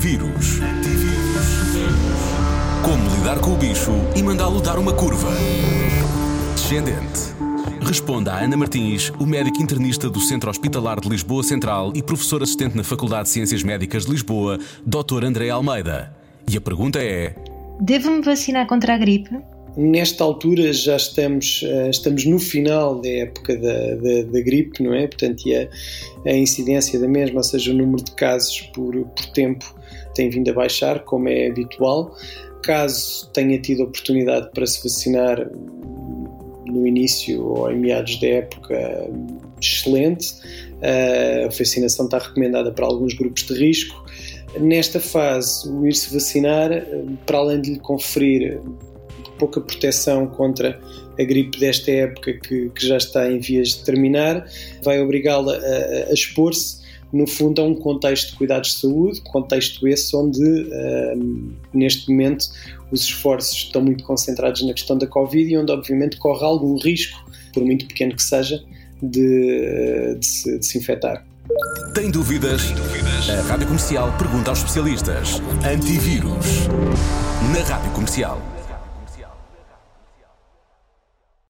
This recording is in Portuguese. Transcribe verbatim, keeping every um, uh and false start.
Antivírus. Como lidar com o bicho e mandá-lo dar uma curva. Descendente. Responda a Ana Martins, o médico internista do Centro Hospitalar de Lisboa Central e professor assistente na Faculdade de Ciências Médicas de Lisboa, doutor André Almeida. E a pergunta é: devo-me vacinar contra a gripe? Nesta altura já estamos, estamos no final da época da, da, da gripe, não é? Portanto, e a, a incidência da mesma, ou seja, o número de casos por, por tempo tem vindo a baixar, como é habitual. Caso tenha tido oportunidade para se vacinar no início ou em meados da época, excelente. A vacinação está recomendada para alguns grupos de risco. Nesta fase, o ir-se vacinar, para além de lhe conferir pouca proteção contra a gripe desta época que, que já está em vias de terminar, vai obrigá-la a, a expor-se, no fundo, a um contexto de cuidados de saúde, contexto esse onde, uh, neste momento, os esforços estão muito concentrados na questão da Covid e onde, obviamente, corre algum risco, por muito pequeno que seja, de, de, se, de se infectar. Tem dúvidas? Tem dúvidas? A Rádio Comercial pergunta aos especialistas. Antivírus. Na Rádio Comercial.